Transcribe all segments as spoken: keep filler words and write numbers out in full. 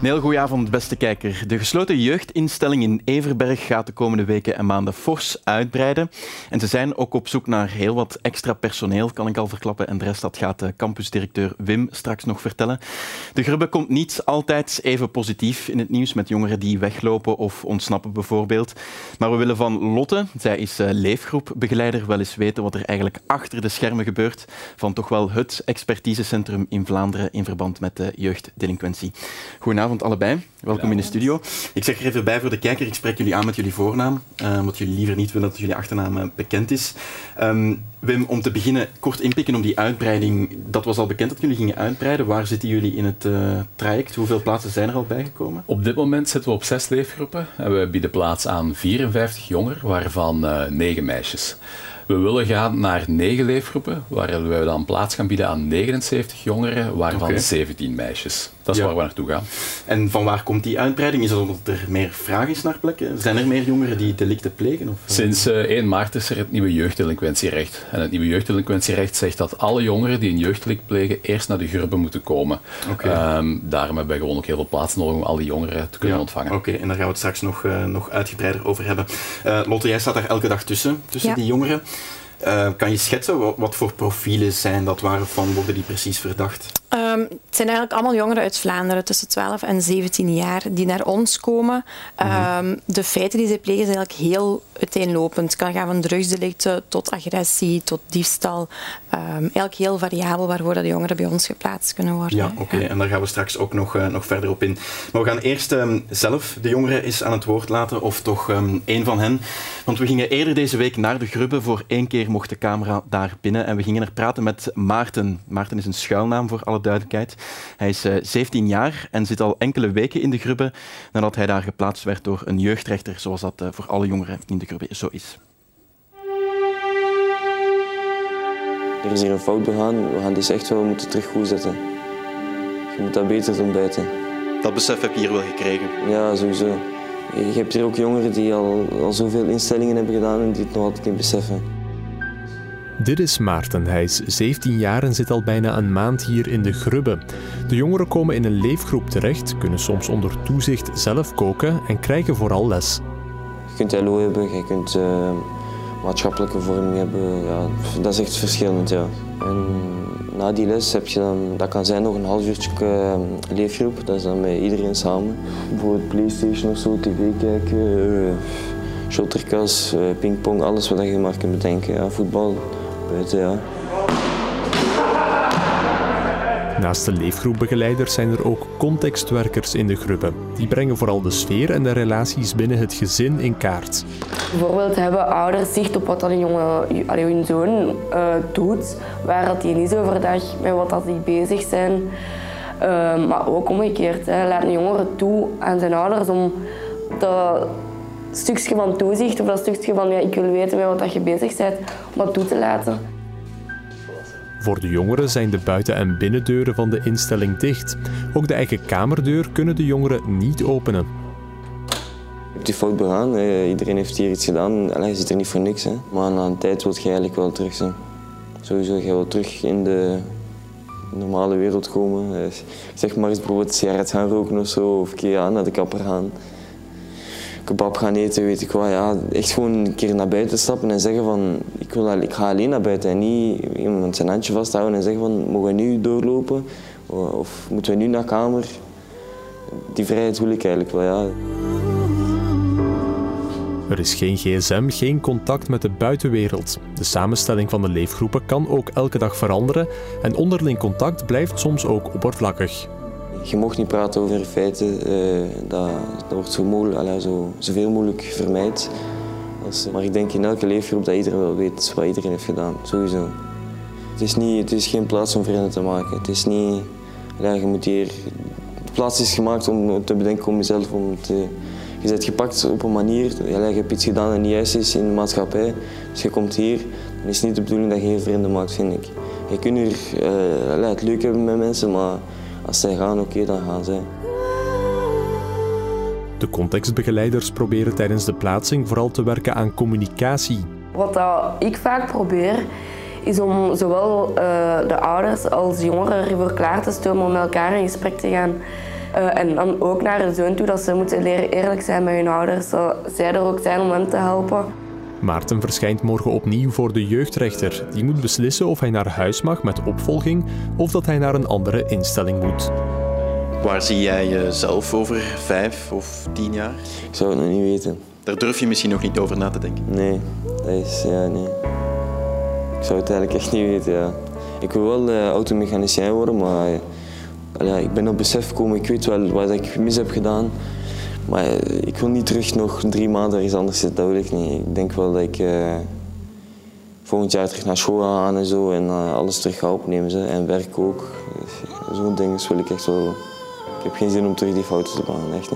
Een heel goeie avond, beste kijker. De gesloten jeugdinstelling in Everberg gaat de komende weken en maanden fors uitbreiden. En ze zijn ook op zoek naar heel wat extra personeel, kan ik al verklappen. En de rest, dat gaat de campusdirecteur Wim straks nog vertellen. De Grubbe komt niet altijd even positief in het nieuws, met jongeren die weglopen of ontsnappen bijvoorbeeld. Maar we willen van Lotte, zij is leefgroepbegeleider, wel eens weten wat er eigenlijk achter de schermen gebeurt van toch wel het expertisecentrum in Vlaanderen in verband met de jeugddelinquentie. Goedenavond allebei, welkom in de studio. Ik zeg er even bij voor de kijker, ik spreek jullie aan met jullie voornaam, uh, omdat jullie liever niet willen dat jullie achternaam uh, bekend is. Um, Wim, om te beginnen, kort inpikken op die uitbreiding. Dat was al bekend dat jullie gingen uitbreiden. Waar zitten jullie in het uh, traject? Hoeveel plaatsen zijn er al bijgekomen? Op dit moment zitten we op zes leefgroepen en we bieden plaats aan vierenvijftig jongeren, waarvan uh, negen meisjes. We willen gaan naar negen leefgroepen, waar we dan plaats gaan bieden aan negenenzeventig jongeren, waarvan okay. zeventien meisjes. Dat is ja. waar we naartoe gaan. En van waar komt die uitbreiding? Is dat omdat er meer vraag is naar plekken? Zijn er meer jongeren die delicten plegen? Of? Sinds uh, één maart is er het nieuwe jeugddelinquentierecht. En het nieuwe jeugddelinquentierecht zegt dat alle jongeren die een jeugddelict plegen eerst naar de Grubbe moeten komen. Okay. Um, daarom hebben wij gewoon ook heel veel plaats nodig om al die jongeren te kunnen ja. ontvangen. Oké, okay. En daar gaan we het straks nog, uh, nog uitgebreider over hebben. Uh, Lotte, jij staat daar elke dag tussen, tussen ja. die jongeren. Uh, kan je schetsen wat, wat voor profielen zijn dat? Waarvan worden die precies verdacht? Um, het zijn eigenlijk allemaal jongeren uit Vlaanderen tussen twaalf en zeventien jaar die naar ons komen. Mm-hmm. Um, de feiten die zij plegen zijn eigenlijk heel uiteenlopend. Het kan gaan van drugsdelicten tot agressie, tot diefstal. Um, eigenlijk heel variabel waarvoor de jongeren bij ons geplaatst kunnen worden. Ja, oké. Okay. Ja. En daar gaan we straks ook nog, uh, nog verder op in. Maar we gaan eerst um, zelf de jongeren eens aan het woord laten, of toch um, één van hen. Want we gingen eerder deze week naar de Grubbe. Voor één keer mocht de camera daar binnen en we gingen er praten met Maarten. Maarten is een schuilnaam voor alle duidelijkheid. Hij is uh, zeventien jaar en zit al enkele weken in de Grubbe nadat hij daar geplaatst werd door een jeugdrechter, zoals dat uh, voor alle jongeren in de Grubbe zo is. Er is hier een fout begaan, we gaan deze echt wel moeten terug goed zetten. Je moet dat beter doen bijten. Dat besef heb je hier wel gekregen? Ja, sowieso. Je hebt hier ook jongeren die al, al zoveel instellingen hebben gedaan en die het nog altijd niet beseffen. Dit is Maarten. Hij is zeventien jaar en zit al bijna een maand hier in de Grubbe. De jongeren komen in een leefgroep terecht, kunnen soms onder toezicht zelf koken en krijgen vooral les. Je kunt L O hebben, je kunt uh, maatschappelijke vorming hebben. Ja, dat is echt verschillend. Ja. En na die les heb je dan, dat kan zijn nog een half uurtje uh, leefgroep. Dat is dan met iedereen samen. Bijvoorbeeld PlayStation of zo, tv kijken, uh, shotterkas, uh, pingpong, alles wat je maar kunt bedenken. Ja, voetbal. Buiten, ja. Naast de leefgroepbegeleiders zijn er ook contextwerkers in de Grubbe. Die brengen vooral de sfeer en de relaties binnen het gezin in kaart. Bijvoorbeeld hebben ouders zicht op wat dat een jonge, hun zoon uh, doet, waar dat die niet overdag met wat dat die bezig zijn. Uh, maar ook omgekeerd, hè. Laat een jongere toe aan zijn ouders om dat stukje van toezicht of dat stukje van ja, ik wil weten met wat dat je bezig bent, om dat toe te laten. Voor de jongeren zijn de buiten- en binnendeuren van de instelling dicht. Ook de eigen kamerdeur kunnen de jongeren niet openen. Je hebt die fout begaan, iedereen heeft hier iets gedaan, Allee, je zit er niet voor niks. Hè. Maar na een tijd wil je eigenlijk wel terug zijn. Sowieso, je wil terug in de normale wereld komen. Zeg maar eens bijvoorbeeld een sigaret gaan roken of zo, of een keer ja, naar de kapper gaan. Kebab gaan eten, weet ik wat. Ja, echt gewoon een keer naar buiten stappen en zeggen van ik, wil, ik ga alleen naar buiten en niet iemand zijn handje vasthouden en zeggen van mogen we nu doorlopen of moeten we nu naar kamer. Die vrijheid wil ik eigenlijk wel, ja. Er is geen gsm, geen contact met de buitenwereld. De samenstelling van de leefgroepen kan ook elke dag veranderen en onderling contact blijft soms ook oppervlakkig. Je mag niet praten over feiten, uh, dat, dat wordt zo moeilijk, allee, zo, zoveel mogelijk vermijd. Als, maar ik denk in elke leefgroep dat iedereen wel weet wat iedereen heeft gedaan, sowieso. Het is, niet, het is geen plaats om vrienden te maken. Het is niet, allee, je moet hier, de plaats is gemaakt om te bedenken om jezelf. Om te, je bent gepakt op een manier, allee, je hebt iets gedaan dat niet juist is in de maatschappij. Dus je komt hier, dan is het niet de bedoeling dat je geen vrienden maakt, vind ik. Je kunt hier uh, allee, het leuk hebben met mensen, maar als zij gaan, oké, okay, dan gaan zij. De contextbegeleiders proberen tijdens de plaatsing vooral te werken aan communicatie. Wat dat ik vaak probeer, is om zowel uh, de ouders als jongeren ervoor klaar te stellen om met elkaar in gesprek te gaan. Uh, en dan ook naar hun zoon toe, dat ze moeten leren eerlijk zijn met hun ouders. Dat zij er ook zijn om hem te helpen. Maarten verschijnt morgen opnieuw voor de jeugdrechter. Die moet beslissen of hij naar huis mag met opvolging of dat hij naar een andere instelling moet. Waar zie jij jezelf over vijf of tien jaar? Ik zou het nog niet weten. Daar durf je misschien nog niet over na te denken? Nee, dat is... Ja, nee. Ik zou het eigenlijk echt niet weten, ja. Ik wil wel uh, automechanicien worden, maar... Uh, ja, ik ben op besef gekomen, ik weet wel wat ik mis heb gedaan. Maar uh, ik wil niet terug nog drie maanden ergens anders zitten, dat wil ik niet. Ik denk wel dat ik... Uh, volgend jaar terug naar school gaan en zo en uh, alles terug ga opnemen. Ze. En werk ook. Dus, zo'n ding wil ik echt wel... Ik heb geen zin om terug die fouten te maken, echt niet.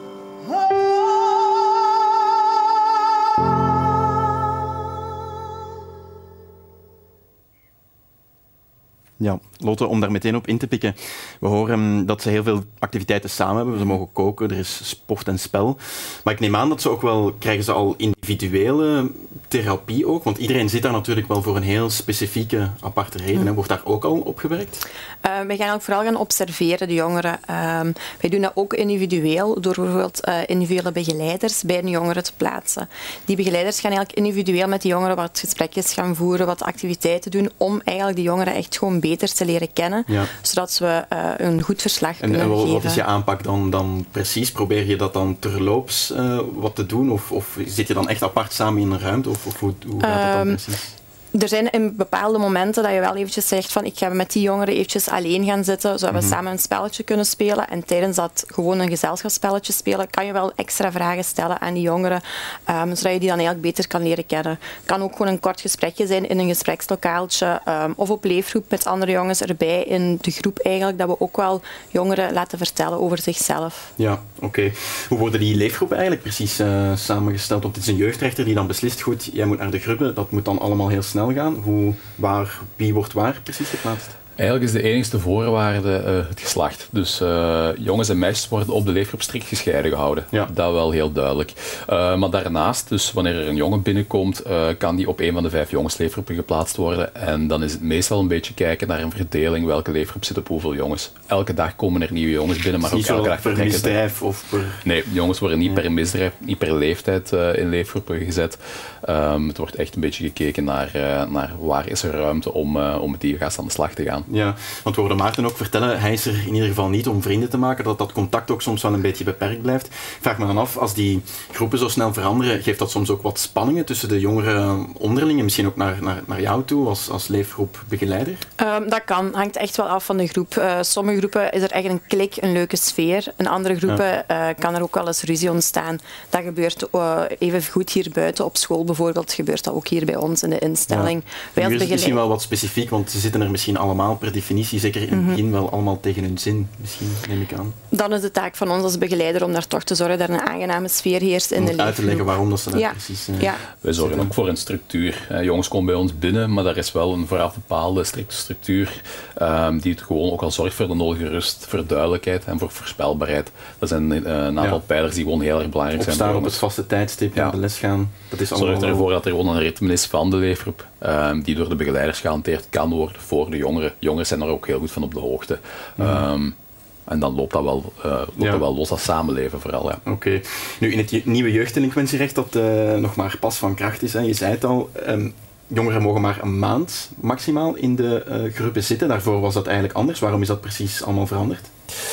Ja, Lotte, om daar meteen op in te pikken. We horen dat ze heel veel activiteiten samen hebben. Ze mogen koken, er is sport en spel. Maar ik neem aan dat ze ook wel... Krijgen ze al individuele therapie ook? Want iedereen zit daar natuurlijk wel voor een heel specifieke, aparte reden. Hm. Wordt daar ook al op gewerkt? Uh, wij gaan ook vooral gaan observeren, de jongeren. Uh, wij doen dat ook individueel, door bijvoorbeeld uh, individuele begeleiders bij de jongeren te plaatsen. Die begeleiders gaan eigenlijk individueel met de jongeren wat gesprekjes gaan voeren, wat activiteiten doen, om eigenlijk de jongeren echt gewoon beter te leren kennen, ja. zodat we uh, een goed verslag en, kunnen en wat geven. Wat is je aanpak dan, dan precies? Probeer je dat dan terloops uh, wat te doen? Of, of zit je dan echt apart samen in een ruimte? Of, of hoe, hoe gaat dat dan precies? Er zijn in bepaalde momenten dat je wel eventjes zegt van ik ga met die jongeren eventjes alleen gaan zitten, zodat we mm-hmm. samen een spelletje kunnen spelen. En tijdens dat gewoon een gezelschapsspelletje spelen, kan je wel extra vragen stellen aan die jongeren, um, zodat je die dan eigenlijk beter kan leren kennen. Het kan ook gewoon een kort gesprekje zijn in een gesprekslokaaltje um, of op leefgroep met andere jongens erbij in de groep eigenlijk, dat we ook wel jongeren laten vertellen over zichzelf. Ja, oké. Okay. Hoe worden die leefgroepen eigenlijk precies uh, samengesteld? Want het is een jeugdrechter die dan beslist, goed, jij moet naar de groepen, dat moet dan allemaal heel snel gaan. Hoe, waar, wie wordt waar precies geplaatst? Eigenlijk is de enigste voorwaarde uh, het geslacht. Dus uh, jongens en meisjes worden op de leefgroep strikt gescheiden gehouden. Ja. Dat wel heel duidelijk. Uh, maar daarnaast, dus wanneer er een jongen binnenkomt, uh, kan die op een van de vijf jongensleefgroepen geplaatst worden. En dan is het meestal een beetje kijken naar een verdeling, welke leefgroep zit op hoeveel jongens. Elke dag komen er nieuwe jongens binnen, maar ook elke dag per misdrijf of per... Nee, jongens worden niet ja. per misdrijf, niet per leeftijd uh, in leefgroepen gezet. Um, het wordt echt een beetje gekeken naar, uh, naar waar is er ruimte om, uh, om met die gast aan de slag te gaan. Ja, want we hoorden Maarten ook vertellen, hij is er in ieder geval niet om vrienden te maken, dat dat contact ook soms wel een beetje beperkt blijft. Ik vraag me dan af, als die groepen zo snel veranderen, geeft dat soms ook wat spanningen tussen de jongeren onderling en misschien ook naar, naar, naar jou toe als, als leefgroepbegeleider? Um, dat kan, hangt echt wel af van de groep. Uh, sommige groepen is er echt een klik, een leuke sfeer. In andere groepen ja. uh, kan er ook wel eens ruzie ontstaan. Dat gebeurt uh, even goed hier buiten op school bijvoorbeeld, gebeurt dat ook hier bij ons in de instelling. Ja. Wij als begeleid... is misschien wel wat specifiek, want ze zitten er misschien allemaal per definitie, zeker in het mm-hmm. begin, wel allemaal tegen hun zin, misschien, neem ik aan. Dan is de taak van ons als begeleider om daar toch te zorgen dat er een aangename sfeer heerst in om de leefgroep. Uit te leggen waarom dat ze dat ja. precies... Uh, ja. Wij zorgen ook voor een structuur. Uh, jongens komen bij ons binnen, maar daar is wel een vooraf bepaalde strikte structuur um, die het gewoon ook al zorgt voor de nodige rust, voor duidelijkheid en voor voorspelbaarheid. Dat zijn uh, een aantal ja. pijlers die gewoon heel erg belangrijk Opstaan zijn. Opstaan op het vaste tijdstip, ja. naar de les gaan. Dat is zorgt ervoor dat er gewoon een ritme is van de leefgroep, um, die door de begeleiders gehanteerd kan worden voor de jongeren. Jongeren zijn er ook heel goed van op de hoogte. Ja. Um, en dan loopt dat wel, uh, loopt ja. dat wel los als samenleven vooral. Ja. Oké. Okay. Nu, in het je- nieuwe jeugddelinquentierecht, dat uh, nog maar pas van kracht is, hè, je zei het al, um, jongeren mogen maar een maand maximaal in de uh, groepen zitten. Daarvoor was dat eigenlijk anders. Waarom is dat precies allemaal veranderd?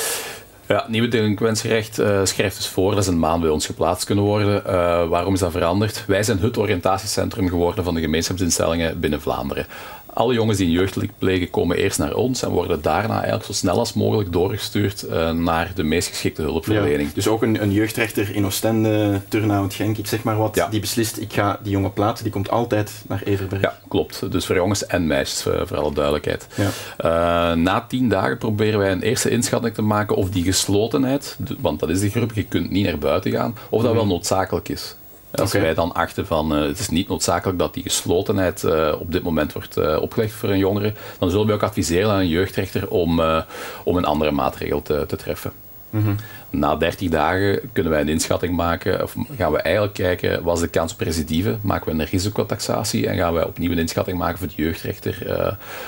Ja, het nieuwe delinquentierecht uh, schrijft dus voor dat ze een maand bij ons geplaatst kunnen worden. Uh, waarom is dat veranderd? Wij zijn het oriëntatiecentrum geworden van de gemeenschapsinstellingen binnen Vlaanderen. Alle jongens die een jeugddelict plegen komen eerst naar ons en worden daarna eigenlijk zo snel als mogelijk doorgestuurd uh, naar de meest geschikte hulpverlening. Ja, dus ook een, een jeugdrechter in Oostende, Turnhout, Genk, ik zeg maar wat, ja. die beslist, ik ga die jongen plaatsen, die komt altijd naar Everberg. Ja, klopt. Dus voor jongens en meisjes, voor, voor alle duidelijkheid. Ja. Uh, na tien dagen proberen wij een eerste inschatting te maken of die geslotenheid, want dat is de groep, je kunt niet naar buiten gaan, of dat wel noodzakelijk is. Als okay. wij dan achten van uh, het is niet noodzakelijk dat die geslotenheid uh, op dit moment wordt uh, opgelegd voor een jongere, dan zullen we ook adviseren aan een jeugdrechter om, uh, om een andere maatregel te, te treffen. Mm-hmm. Na dertig dagen kunnen wij een inschatting maken, of gaan we eigenlijk kijken, wat is de kans op recidive? Maken we een risicotaxatie en gaan wij opnieuw een inschatting maken voor de jeugdrechter. Uh,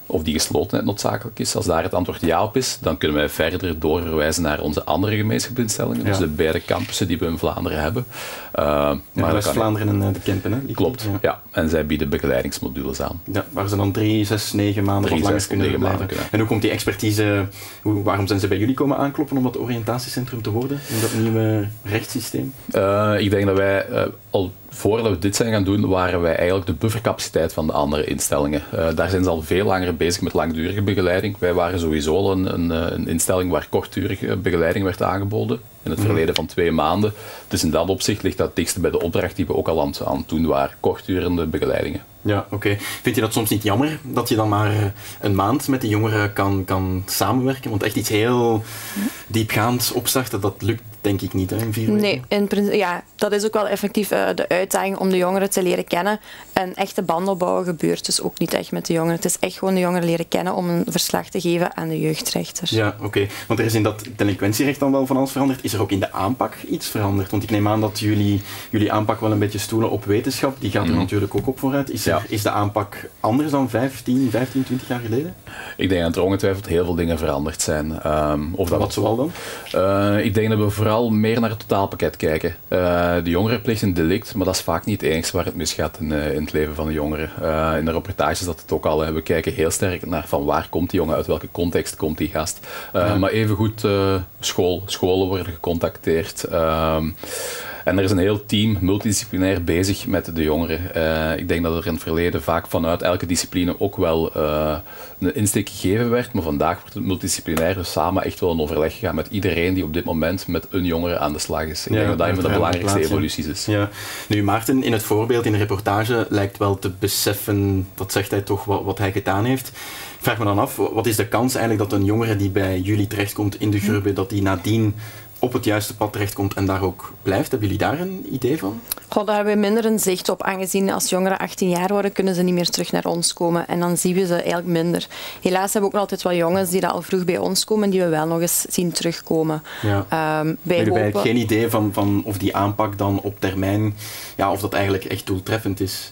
of die geslotenheid noodzakelijk is. Als daar het antwoord ja op is, dan kunnen wij verder doorverwijzen naar onze andere gemeenschapsinstellingen, ja. Dus de beide campussen die we in Vlaanderen hebben. Uh, ja, West-Vlaanderen en uh, de Kempen, hè? Klopt, ja. ja. En zij bieden begeleidingsmodules aan. Ja, waar ze dan drie, zes, negen maanden drie, of langer zes, kunnen negen blijven. Maanden, en hoe komt die expertise, hoe, waarom zijn ze bij jullie komen aankloppen om dat oriëntatiecentrum te worden, in dat nieuwe rechtssysteem? Uh, ik denk dat wij uh, al voordat we dit zijn gaan doen, waren wij eigenlijk de buffercapaciteit van de andere instellingen. Uh, daar zijn ze al veel langer bezig met langdurige begeleiding. Wij waren sowieso al een, een, een instelling waar kortdurige begeleiding werd aangeboden. In het verleden van twee maanden. Dus in dat opzicht ligt dat het dichtst bij de opdracht die we ook al aan, aan het doen waren. Kortdurende begeleidingen. Ja, oké. Okay. Vind je dat soms niet jammer dat je dan maar een maand met die jongeren kan, kan samenwerken? Want echt iets heel diepgaands opstarten, dat lukt denk ik niet, hè, in vier weken. Nee, in principe, ja, dat is ook wel effectief uh, de uitdaging om de jongeren te leren kennen. En echte band opbouwen gebeurt dus ook niet echt met de jongeren. Het is echt gewoon de jongeren leren kennen om een verslag te geven aan de jeugdrechter. Ja, oké. Okay. Want er is in dat delinquentierecht dan wel van alles veranderd. Is er ook in de aanpak iets veranderd? Want ik neem aan dat jullie, jullie aanpak wel een beetje stoelen op wetenschap. Die gaat er mm. natuurlijk ook op vooruit. Is, er, ja. is de aanpak anders dan vijftien, vijftien, twintig jaar geleden? Ik denk dat er ongetwijfeld heel veel dingen veranderd zijn. Um, of dat Wat zoal dan? Uh, ik denk dat we vooral meer naar het totaalpakket kijken. Uh, de jongeren plegen een delict, maar dat is vaak niet het enige waar het misgaat in, uh, in het leven van de jongeren. Uh, in de reportages dat het ook al, uh, we kijken heel sterk naar van waar komt die jongen, uit welke context komt die gast. Uh, ja. Maar evengoed uh, school, scholen worden gecontacteerd. Uh, En er is een heel team multidisciplinair bezig met de jongeren. Uh, ik denk dat er in het verleden vaak vanuit elke discipline ook wel uh, een insteek gegeven werd, maar vandaag wordt het multidisciplinair dus samen echt wel in overleg gegaan met iedereen die op dit moment met een jongere aan de slag is. Ik ja, denk dat dat een van de belangrijkste plaats, evoluties is. Ja. Nu, Maarten, in het voorbeeld, in de reportage, lijkt wel te beseffen, dat zegt hij toch, wat, wat hij gedaan heeft. Ik vraag me dan af, wat is de kans eigenlijk dat een jongere die bij jullie terechtkomt in de Grubbe, dat die nadien op het juiste pad terechtkomt en daar ook blijft? Hebben jullie daar een idee van? Goh, daar hebben we minder een zicht op, aangezien als jongeren achttien jaar worden, kunnen ze niet meer terug naar ons komen. En dan zien we ze eigenlijk minder. Helaas hebben we ook nog altijd wel jongens die dat al vroeg bij ons komen, die we wel nog eens zien terugkomen. Ja. Um, wij hebben eigenlijk geen idee van, van of die aanpak dan op termijn, ja, of dat eigenlijk echt doeltreffend is?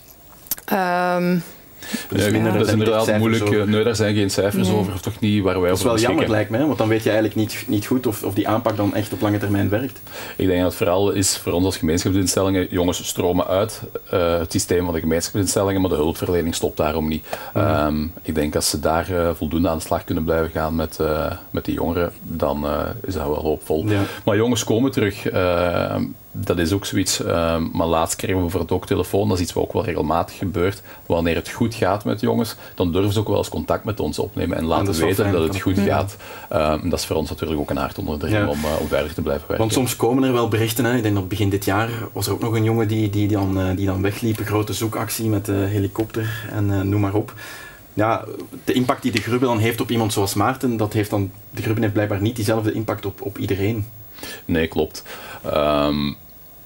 Um, Dus ja, dat is inderdaad moeilijk. Over. Nee, daar zijn geen cijfers nee. over, of toch niet waar wij over beschikken. Dat is wel jammer, lijkt mij, want dan weet je eigenlijk niet, niet goed of, of die aanpak dan echt op lange termijn werkt. Ik denk dat het vooral is voor ons als gemeenschapsinstellingen, jongens stromen uit uh, het systeem van de gemeenschapsinstellingen, maar de hulpverlening stopt daarom niet. Mm-hmm. Um, ik denk als ze daar uh, voldoende aan de slag kunnen blijven gaan met, uh, met die jongeren, dan uh, is dat wel hoopvol. Ja. Maar jongens komen terug. Uh, Dat is ook zoiets, uh, maar laatst kregen we bijvoorbeeld ook telefoon, dat is iets wat ook wel regelmatig gebeurt. Wanneer het goed gaat met jongens, dan durven ze ook wel eens contact met ons opnemen en laten weten dat het goed gaat. Uh, dat is voor ons natuurlijk ook een hart onder de riem ja. om, uh, om verder te blijven werken. Want soms komen er wel berichten, hè. Ik denk dat begin dit jaar was er ook nog een jongen die, die, dan, uh, die dan wegliep, een grote zoekactie met de helikopter en uh, noem maar op. Ja, de impact die de Grubbe dan heeft op iemand zoals Maarten, dat heeft dan, de Grubbe heeft blijkbaar niet diezelfde impact op, op iedereen. Nee, klopt. Um,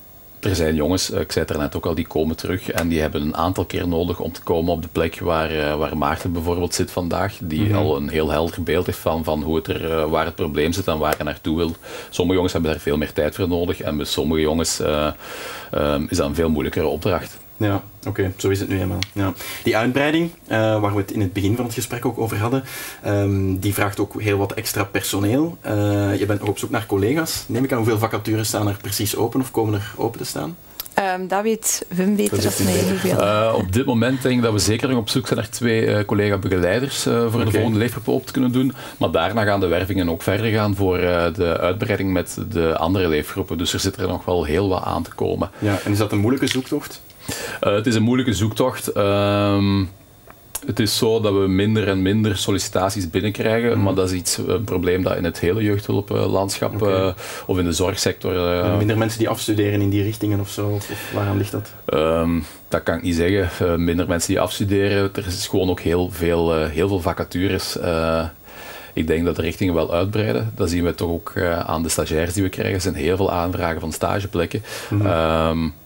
Er zijn jongens, ik zei het er net ook al, die komen terug en die hebben een aantal keer nodig om te komen op de plek waar, waar Maarten bijvoorbeeld zit vandaag, die mm-hmm. al een heel helder beeld heeft van, van hoe het er, waar het probleem zit en waar hij naartoe wil. Sommige jongens hebben daar veel meer tijd voor nodig en bij sommige jongens uh, uh, is dat een veel moeilijkere opdracht. Ja, oké, okay, zo is het nu eenmaal. Ja. Die uitbreiding, uh, waar we het in het begin van het gesprek ook over hadden, um, die vraagt ook heel wat extra personeel. Uh, je bent nog op zoek naar collega's. Neem ik aan, hoeveel vacatures staan er precies open of komen er open te staan? Um, dat weet Wim beter dan mij. Hoeveel. Uh, op dit moment denk ik dat we zeker nog op zoek zijn naar twee uh, collega-begeleiders uh, voor okay. de volgende leefgroep op te kunnen doen. Maar daarna gaan de wervingen ook verder gaan voor uh, de uitbreiding met de andere leefgroepen. Dus er zit er nog wel heel wat aan te komen. Ja, en is dat een moeilijke zoektocht? Uh, het is een moeilijke zoektocht. Uh, het is zo dat we minder en minder sollicitaties binnenkrijgen, mm. maar dat is iets, een probleem dat in het hele jeugdhulplandschap okay. uh, of in de zorgsector... Uh, minder mensen die afstuderen in die richtingen of zo, of, of waaraan ligt dat? Um, dat kan ik niet zeggen. Uh, minder mensen die afstuderen. Er is gewoon ook heel veel, uh, heel veel vacatures. Uh, Ik denk dat de richtingen wel uitbreiden. Dat zien we toch ook uh, aan de stagiairs die we krijgen. Er zijn heel veel aanvragen van stageplekken. Mm. Um,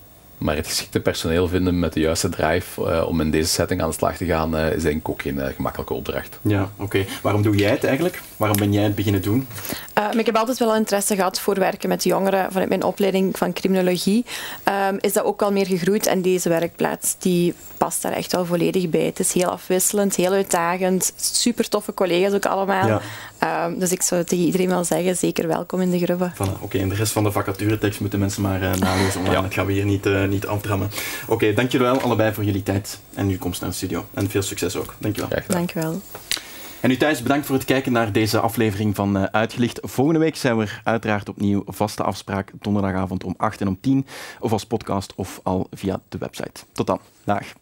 Maar het geschikte personeel vinden met de juiste drive uh, om in deze setting aan de slag te gaan, uh, is denk ik ook geen uh, gemakkelijke opdracht. Ja, oké. Okay. Waarom doe jij het eigenlijk? Waarom ben jij het beginnen doen? Uh, ik heb altijd wel interesse gehad voor werken met jongeren. Vanuit mijn opleiding van criminologie um, is dat ook al meer gegroeid. En deze werkplaats die past daar echt wel volledig bij. Het is heel afwisselend, heel uitdagend. Super toffe collega's ook allemaal. Ja. Um, dus ik zou tegen iedereen wel zeggen, zeker welkom in de Grubbe. Voilà, Oké, okay. En de rest van de vacaturetekst moeten mensen maar uh, nalezen online. Ja. Dat gaan we hier niet, uh, niet afdrammen. Oké, okay, dankjewel allebei voor jullie tijd en uw komst naar de studio. En veel succes ook. Dankjewel. Dankjewel. En u thuis, bedankt voor het kijken naar deze aflevering van uh, Uitgelicht. Volgende week zijn we er uiteraard opnieuw. Vaste afspraak donderdagavond om acht en om tien. Of als podcast of al via de website. Tot dan. Dag.